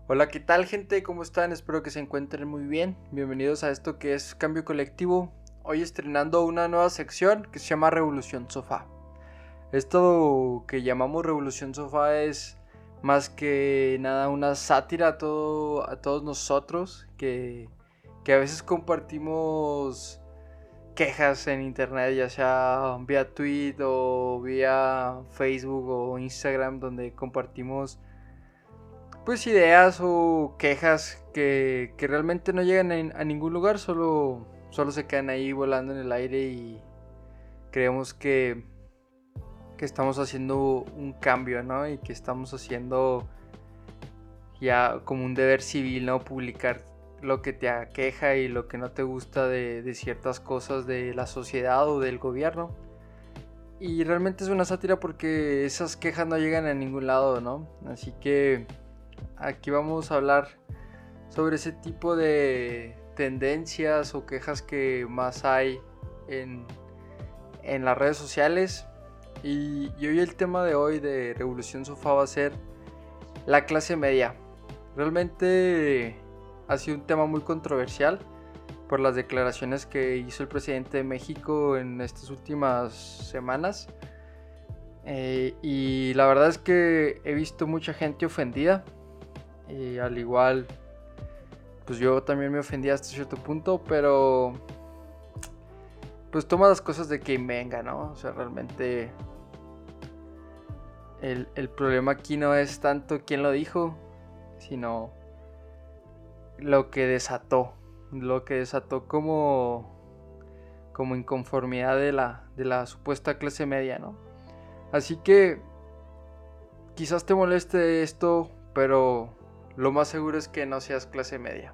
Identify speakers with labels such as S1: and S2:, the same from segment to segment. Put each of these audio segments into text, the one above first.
S1: Hola, ¿qué tal, gente? ¿Cómo están? Espero que se encuentren muy bien. Bienvenidos a esto que es Cambio Colectivo. Hoy estrenando una nueva sección que se llama Revolución Sofá. Esto que llamamos Revolución Sofá es más que nada una sátira a todos nosotros que a veces compartimos quejas en internet, ya sea vía tweet o vía Facebook o Instagram, donde compartimos pues ideas o quejas que realmente no llegan a ningún lugar, solo se quedan ahí volando en el aire y creemos que estamos haciendo un cambio, ¿no? Y que estamos haciendo ya como un deber civil, ¿no? Publicar lo que te aqueja y lo que no te gusta de ciertas cosas de la sociedad o del gobierno. Y realmente es una sátira porque esas quejas no llegan a ningún lado, ¿no? Así que aquí vamos a hablar sobre ese tipo de tendencias o quejas que más hay en, en las redes sociales. Y hoy el tema de hoy de Revolución Sofá va a ser la clase media. Realmente ha sido un tema muy controversial por las declaraciones que hizo el presidente de México en estas últimas semanas. Y la verdad es que he visto mucha gente ofendida. Al igual pues yo también me ofendí hasta cierto punto, pero pues toma las cosas de quien venga, ¿no? O sea, realmente el problema aquí no es tanto quién lo dijo, sino lo que desató como inconformidad de la supuesta clase media, ¿no? Así que quizás te moleste esto, pero lo más seguro es que no seas clase media.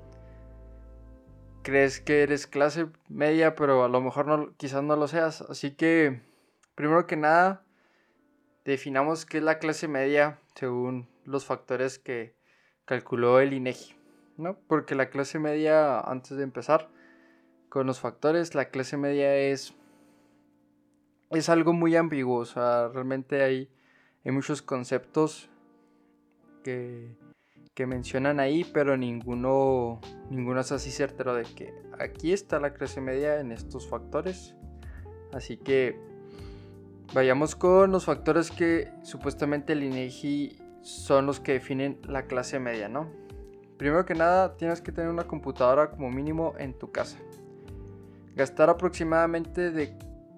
S1: Crees que eres clase media, pero a lo mejor no, quizás no lo seas. Así que, primero que nada, definamos qué es la clase media según los factores que calculó el INEGI, ¿no? Porque la clase media, antes de empezar con los factores, la clase media es algo muy ambiguo. O sea, realmente hay muchos conceptos que, que mencionan ahí, pero ninguno es así certero de que aquí está la clase media en estos factores. Así que vayamos con los factores que supuestamente el INEGI son los que definen la clase media, ¿no? Primero que nada, tienes que tener una computadora como mínimo en tu casa. Gastar aproximadamente de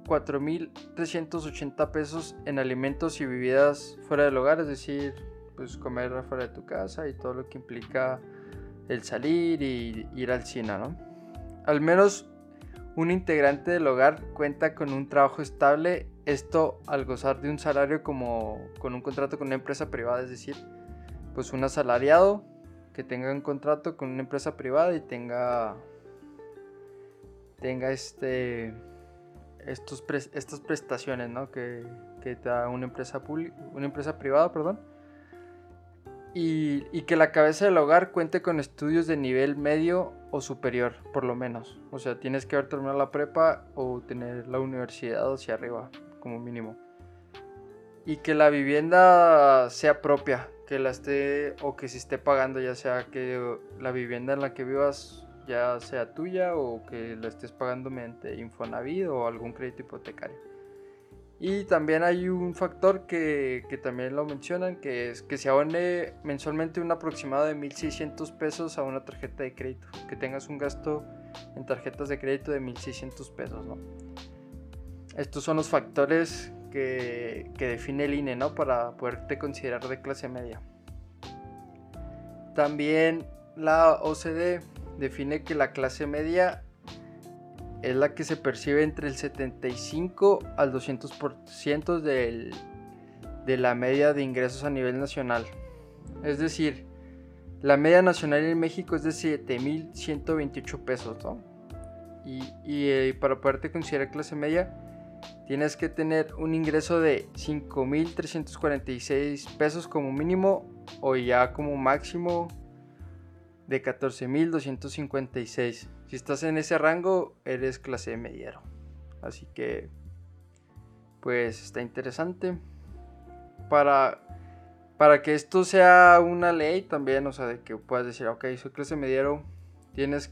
S1: 4,380 pesos en alimentos y bebidas fuera del hogar, es decir, pues comer fuera de tu casa y todo lo que implica el salir y ir al cine, ¿no? Al menos un integrante del hogar cuenta con un trabajo estable, esto al gozar de un salario como con un contrato con una empresa privada, es decir, pues un asalariado que tenga un contrato con una empresa privada y tenga estas prestaciones, ¿no? que te da una empresa privada, perdón. Y que la cabeza del hogar cuente con estudios de nivel medio o superior, por lo menos. O sea, tienes que haber terminado la prepa o tener la universidad hacia arriba, como mínimo. Y que la vivienda sea propia, que la esté o que se esté pagando, ya sea que la vivienda en la que vivas ya sea tuya o que la estés pagando mediante Infonavit o algún crédito hipotecario. Y también hay un factor que también lo mencionan, que es que se abone mensualmente un aproximado de 1,600 pesos a una tarjeta de crédito. Que tengas un gasto en tarjetas de crédito de 1,600 pesos, ¿no? Estos son los factores que define el INE, ¿no? Para poderte considerar de clase media. También la OCDE define que la clase media es la que se percibe entre el 75 al 200% de la media de ingresos a nivel nacional. Es decir, la media nacional en México es de 7,128 pesos, ¿no? Y para poderte considerar clase media, tienes que tener un ingreso de 5,346 pesos como mínimo o ya como máximo de 14,256. Si estás en ese rango, eres clase mediero. Así que, pues está interesante. Para para que esto sea una ley también, o sea, de que puedas decir, ok, soy clase mediero, tienes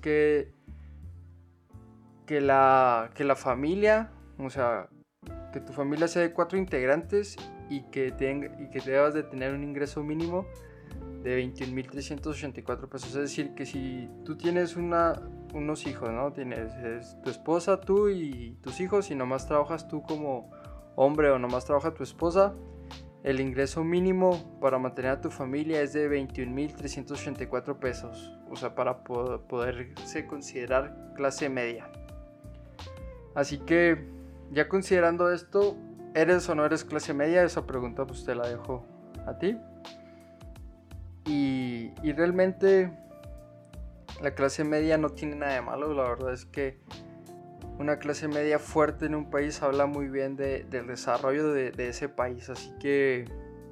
S1: que la familia, o sea, que tu familia sea de 4 integrantes y que debas de tener un ingreso mínimo de 21,384 pesos. Es decir, que si tú tienes unos hijos, ¿no? Tienes tu esposa, tú y tus hijos, y nomás trabajas tú como hombre o nomás trabaja tu esposa, el ingreso mínimo para mantener a tu familia es de 21,384 pesos. O sea, para poderse considerar clase media. Así que, ya considerando esto, ¿eres o no eres clase media? Esa pregunta pues te la dejo a ti. Y realmente la clase media no tiene nada de malo. La verdad es que una clase media fuerte en un país habla muy bien del desarrollo de ese país. Así que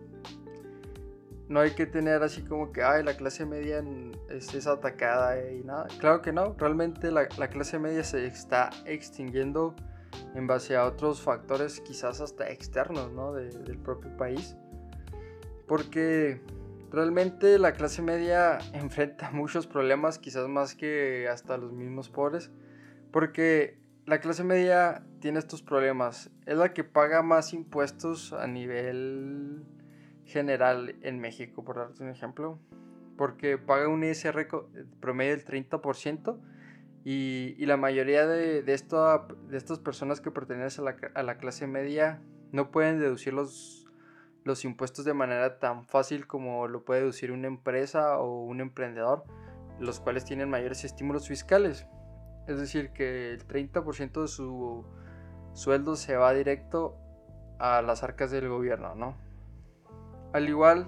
S1: no hay que tener así como que la clase media es atacada y nada. Claro que no, realmente la clase media se está extinguiendo en base a otros factores quizás hasta externos, ¿no? Del propio país. Porque realmente la clase media enfrenta muchos problemas, quizás más que hasta los mismos pobres. Porque la clase media tiene estos problemas. Es la que paga más impuestos a nivel general en México, por darte un ejemplo. Porque paga un ISR promedio del 30%. Y la mayoría de estas personas que pertenecen a la clase media no pueden deducir los impuestos de manera tan fácil como lo puede deducir una empresa o un emprendedor, los cuales tienen mayores estímulos fiscales. Es decir, que el 30% de su sueldo se va directo a las arcas del gobierno, ¿no? Al igual,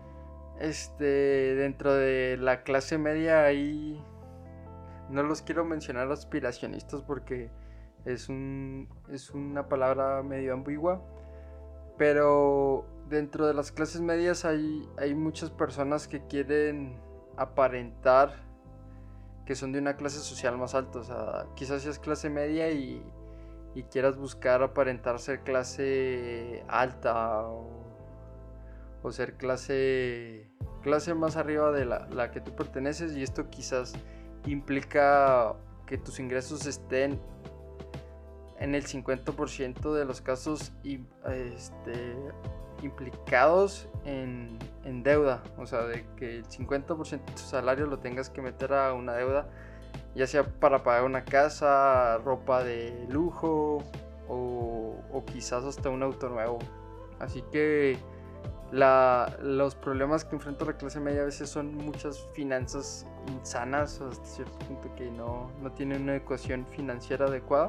S1: dentro de la clase media ahí no los quiero mencionar aspiracionistas porque es una palabra medio ambigua, pero dentro de las clases medias hay muchas personas que quieren aparentar que son de una clase social más alta. O sea, quizás seas clase media y quieras buscar aparentar ser clase alta o ser clase más arriba de la que tú perteneces, y esto quizás implica que tus ingresos estén en el 50% de los casos implicados en deuda. O sea, de que el 50% de tu salario lo tengas que meter a una deuda, ya sea para pagar una casa, ropa de lujo o quizás hasta un auto nuevo. Así que los problemas que enfrenta la clase media a veces son muchas finanzas insanas, hasta cierto punto que no tienen una ecuación financiera adecuada.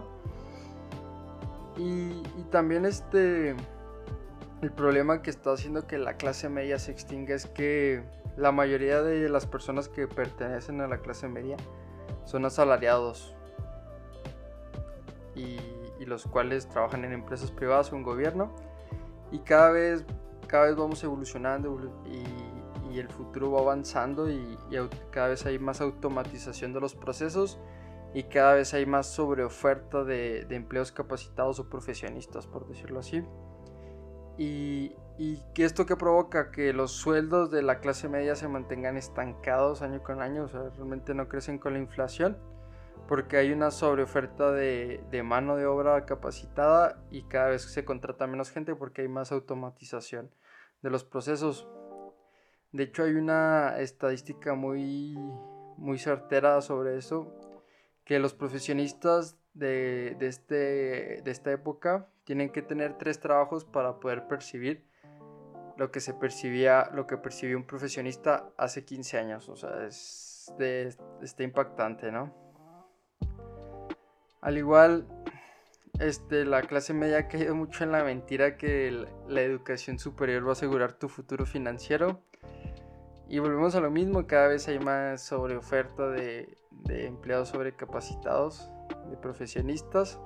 S1: Y también el problema que está haciendo que la clase media se extinga es que la mayoría de las personas que pertenecen a la clase media son asalariados y los cuales trabajan en empresas privadas o en gobierno, y cada vez vamos evolucionando y el futuro va avanzando y cada vez hay más automatización de los procesos y cada vez hay más sobreoferta de empleos capacitados o profesionistas, por decirlo así. Y que esto que provoca que los sueldos de la clase media se mantengan estancados año con año, o sea, realmente no crecen con la inflación, porque hay una sobreoferta de mano de obra capacitada y cada vez se contrata menos gente porque hay más automatización de los procesos. De hecho, hay una estadística muy certera sobre eso, que los profesionistas de esta época tienen que tener 3 trabajos para poder percibir lo que percibía un profesionista hace 15 años. O sea, está impactante, ¿no? Al igual, la clase media ha caído mucho en la mentira que la educación superior va a asegurar tu futuro financiero. Y volvemos a lo mismo, cada vez hay más sobreoferta de empleados sobrecapacitados, de profesionistas.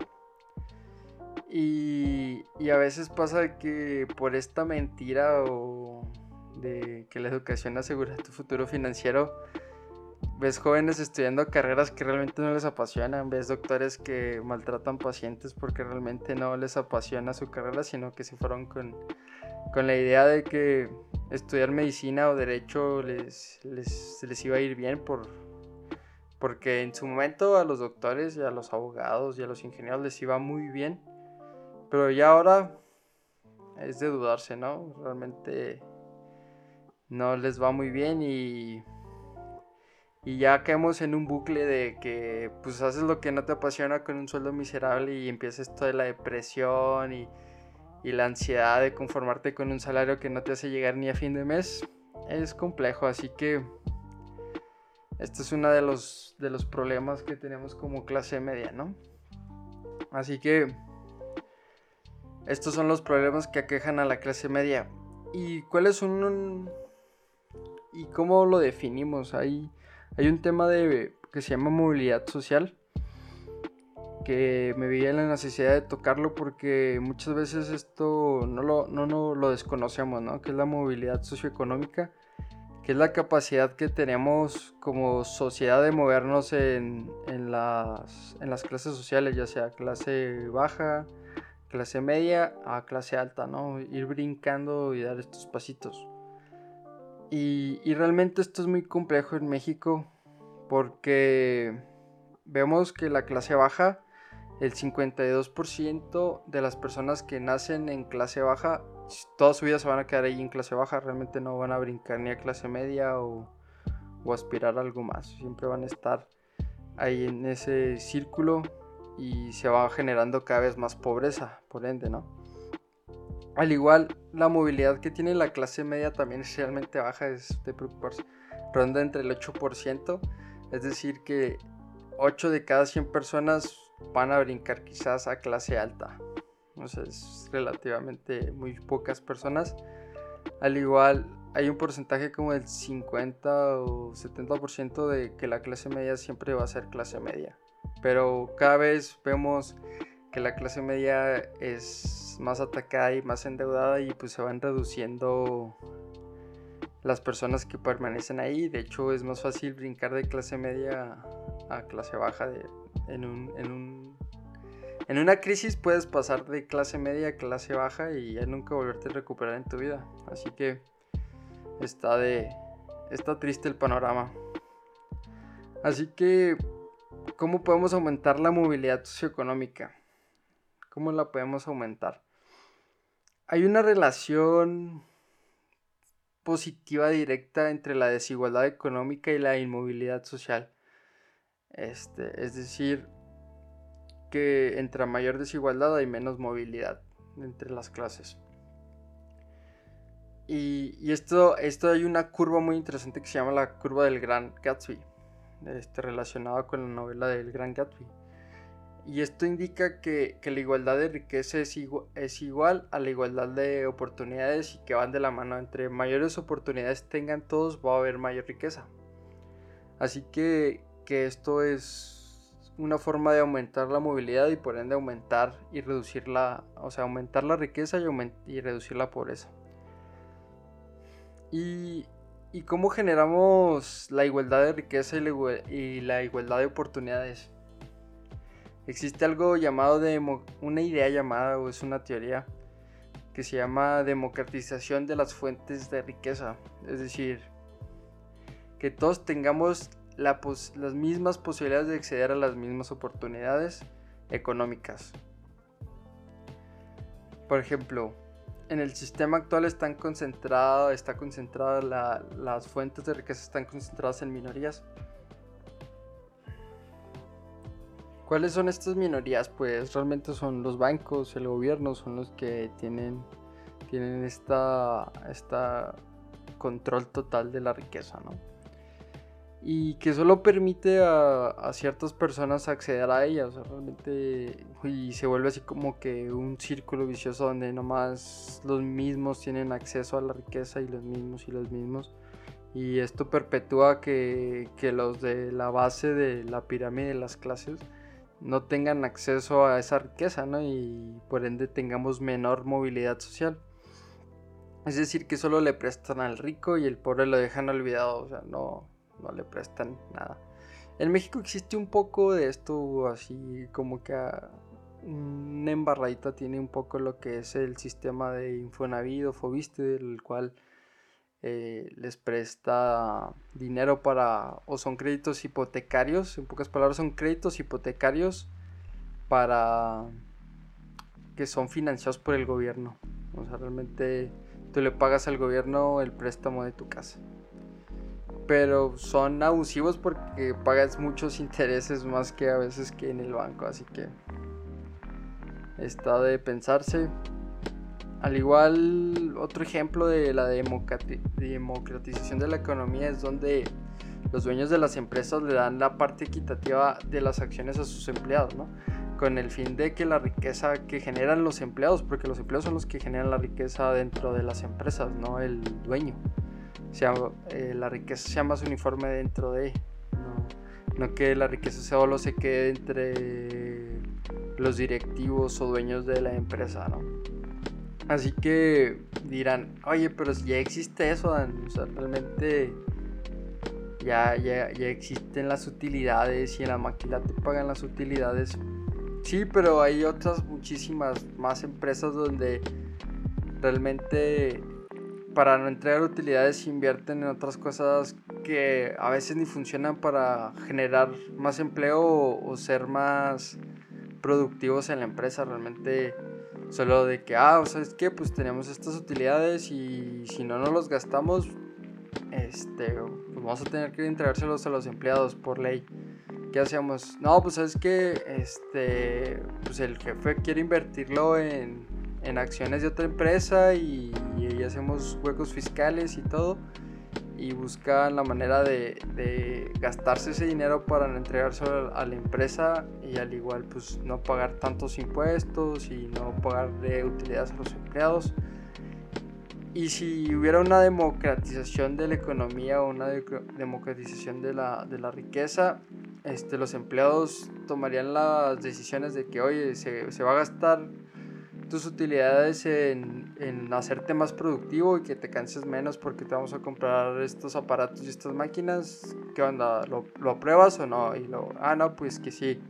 S1: Y a veces pasa que por esta mentira o de que la educación asegura tu futuro financiero, ves jóvenes estudiando carreras que realmente no les apasionan, ves doctores que maltratan pacientes porque realmente no les apasiona su carrera, sino que se fueron con la idea de que estudiar medicina o derecho les iba a ir bien porque en su momento a los doctores y a los abogados y a los ingenieros les iba muy bien, pero ya ahora es de dudarse, ¿no? Realmente no les va muy bien y ya caemos en un bucle de que pues haces lo que no te apasiona con un sueldo miserable y empieza esto de la depresión y la ansiedad de conformarte con un salario que no te hace llegar ni a fin de mes. Es complejo, así que este es uno de los problemas que tenemos como clase media, ¿no? Así que estos son los problemas que aquejan a la clase media. ¿Y cuáles son y cómo lo definimos? Hay un tema que se llama movilidad social, que me veía en la necesidad de tocarlo porque muchas veces esto no lo desconocemos, ¿no? Que es la movilidad socioeconómica, que es la capacidad que tenemos como sociedad de movernos en las clases sociales, ya sea clase baja, clase media a clase alta, ¿no? Ir brincando y dar estos pasitos. Y realmente esto es muy complejo en México porque vemos que la clase baja, el 52% de las personas que nacen en clase baja, toda su vida se van a quedar ahí en clase baja, realmente no van a brincar ni a clase media o aspirar a algo más, siempre van a estar ahí en ese círculo y se va generando cada vez más pobreza, por ende, ¿no? Al igual, la movilidad que tiene la clase media también es realmente baja, es de preocuparse. Ronda entre el 8%, es decir que 8 de cada 100 personas van a brincar quizás a clase alta. O sea, es relativamente muy pocas personas. Al igual, hay un porcentaje como del 50 o 70% de que la clase media siempre va a ser clase media. Pero cada vez vemos que la clase media es más atacada y más endeudada y pues se van reduciendo las personas que permanecen ahí. De hecho es más fácil brincar de clase media a clase baja en una crisis puedes pasar de clase media a clase baja y ya nunca volverte a recuperar en tu vida. Así que está triste el panorama. Así que, ¿cómo podemos aumentar la movilidad socioeconómica? ¿Cómo la podemos aumentar? Hay una relación positiva directa entre la desigualdad económica y la inmovilidad social. Es decir, que entre mayor desigualdad hay menos movilidad entre las clases. Y esto hay una curva muy interesante que se llama la curva del Gran Gatsby, relacionada con la novela del Gran Gatsby. Y esto indica que la igualdad de riqueza es igual a la igualdad de oportunidades y que van de la mano. Entre mayores oportunidades tengan todos, va a haber mayor riqueza. Así que esto es una forma de aumentar la movilidad y por ende aumentar y reducir aumentar la riqueza y reducir la pobreza. ¿Y cómo generamos la igualdad de riqueza y la igualdad de oportunidades? Existe algo llamado una idea llamada, o es una teoría, que se llama democratización de las fuentes de riqueza. Es decir, que todos tengamos las mismas posibilidades de acceder a las mismas oportunidades económicas. Por ejemplo, en el sistema actual las fuentes de riqueza están concentradas en minorías. ¿Cuáles son estas minorías? Pues realmente son los bancos, el gobierno, son los que tienen esta control total de la riqueza, ¿no? Y que solo permite a ciertas personas acceder a ella, o sea, realmente, y se vuelve así como que un círculo vicioso donde nomás los mismos tienen acceso a la riqueza y los mismos, y esto perpetúa que los de la base de la pirámide de las clases no tengan acceso a esa riqueza, ¿no? Y por ende tengamos menor movilidad social. Es decir, que solo le prestan al rico y el pobre lo dejan olvidado, o sea, no le prestan nada. En México existe un poco de esto, así como que una embarradita tiene un poco lo que es el sistema de Infonavit o Foviste, del cual les presta dinero o son créditos hipotecarios, en pocas palabras son créditos hipotecarios para que son financiados por el gobierno. O sea, realmente tú le pagas al gobierno el préstamo de tu casa. Pero son abusivos porque pagas muchos intereses más que a veces que en el banco, así que está de pensarse. Al igual, otro ejemplo de la democratización de la economía es donde los dueños de las empresas le dan la parte equitativa de las acciones a sus empleados, ¿no? Con el fin de que la riqueza que generan los empleados, porque los empleados son los que generan la riqueza dentro de las empresas, no el dueño. La riqueza sea más uniforme dentro de, no que la riqueza solo se quede entre los directivos o dueños de la empresa, ¿no? Así que dirán, oye, pero ya existe eso, Dan. O sea, realmente ya existen las utilidades y en la máquina te pagan las utilidades. Sí, pero hay otras muchísimas más empresas donde realmente para no entregar utilidades invierten en otras cosas que a veces ni funcionan para generar más empleo o ser más productivos en la empresa. Realmente solo de que, ¿sabes qué? Pues tenemos estas utilidades y si no nos los gastamos, pues vamos a tener que entregárselos a los empleados por ley. ¿Qué hacemos? No, pues sabes que pues el jefe quiere invertirlo en acciones de otra empresa y hacemos huecos fiscales y todo y buscan la manera de gastarse ese dinero para no entregárselo a la empresa y al igual pues no pagar tantos impuestos y no pagarle utilidades a los empleados. Y si hubiera una democratización de la economía o una democratización de la riqueza, los empleados tomarían las decisiones de que, oye, se va a gastar tus utilidades en hacerte más productivo y que te canses menos porque te vamos a comprar estos aparatos y estas máquinas. ¿Qué onda? ¿Lo apruebas o no? Y no, pues que sí.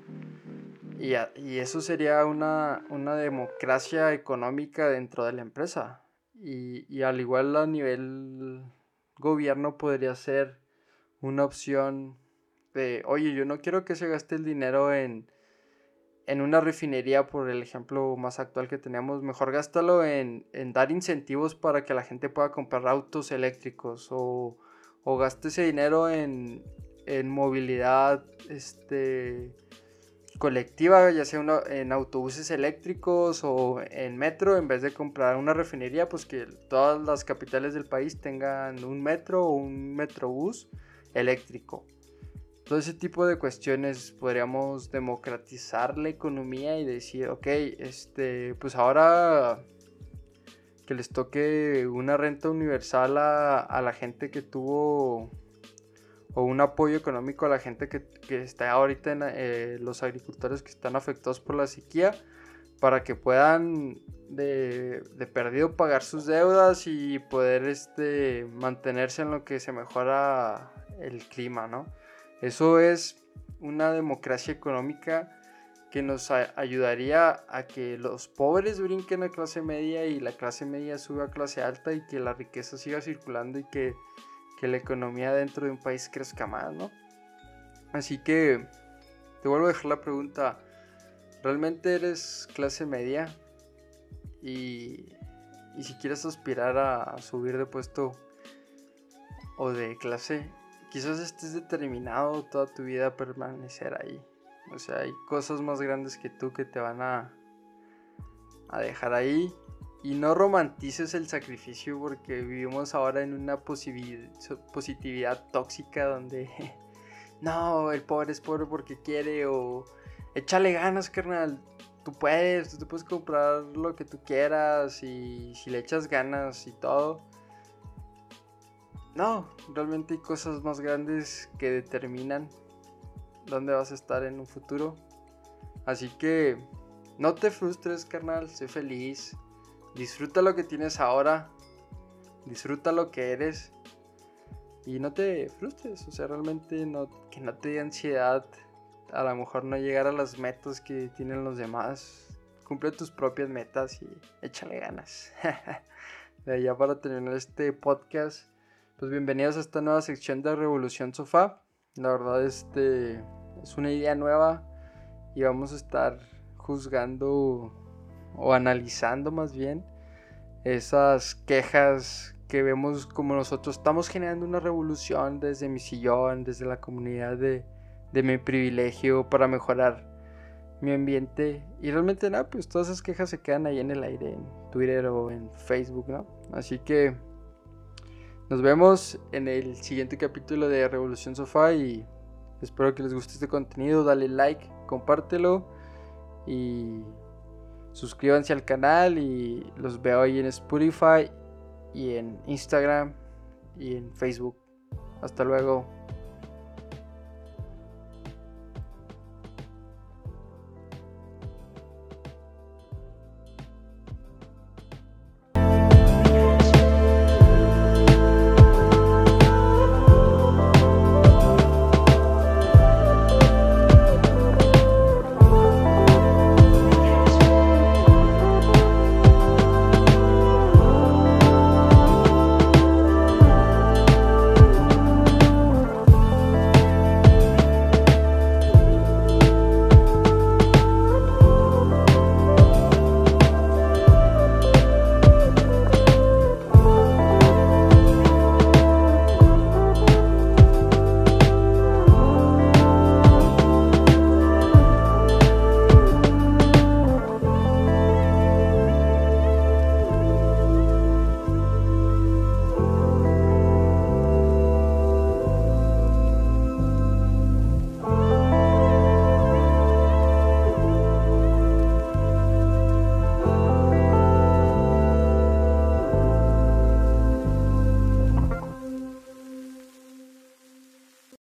S1: Y eso sería una democracia económica dentro de la empresa. Y al igual a nivel gobierno podría ser una opción de, oye, yo no quiero que se gaste el dinero en una refinería, por el ejemplo más actual que tenemos, mejor gástalo en dar incentivos para que la gente pueda comprar autos eléctricos o gaste ese dinero en movilidad colectiva, ya sea en autobuses eléctricos o en metro, en vez de comprar una refinería, pues que todas las capitales del país tengan un metro o un metrobús eléctrico. Todo ese tipo de cuestiones podríamos democratizar la economía y decir, ok, pues ahora que les toque una renta universal a la gente que tuvo, o un apoyo económico a la gente que está ahorita en los agricultores que están afectados por la sequía, para que puedan de perdido pagar sus deudas y poder mantenerse en lo que se mejora el clima, ¿no? Eso es una democracia económica que nos ayudaría a que los pobres brinquen a clase media y la clase media suba a clase alta y que la riqueza siga circulando y que la economía dentro de un país crezca más, ¿no? Así que te vuelvo a dejar la pregunta, ¿realmente eres clase media? Y si quieres aspirar a subir de puesto o de clase, quizás estés determinado toda tu vida a permanecer ahí. O sea, hay cosas más grandes que tú que te van a dejar ahí. Y no romantices el sacrificio porque vivimos ahora en una positividad tóxica donde no, el pobre es pobre porque quiere, o échale ganas, carnal, tú te puedes comprar lo que tú quieras y si le echas ganas y todo. No, realmente hay cosas más grandes que determinan dónde vas a estar en un futuro. Así que no te frustres, carnal, sé feliz. Disfruta lo que tienes ahora, disfruta lo que eres y no te frustres, o sea, realmente que no te dé ansiedad a lo mejor no llegar a las metas que tienen los demás. Cumple tus propias metas y échale ganas. Ya para terminar este podcast, Pues bienvenidos a esta nueva sección de Revolución Sofá. La verdad es una idea nueva y vamos a estar juzgando o analizando más bien esas quejas que vemos como nosotros estamos generando una revolución desde mi sillón, desde la comunidad de mi privilegio para mejorar mi ambiente. Y realmente nada, pues todas esas quejas se quedan ahí en el aire, en Twitter o en Facebook, ¿no? Así que nos vemos en el siguiente capítulo de Revolución Sofá y espero que les guste este contenido. Dale like, compártelo y suscríbanse al canal, y los veo ahí en Spotify y en Instagram y en Facebook. Hasta luego.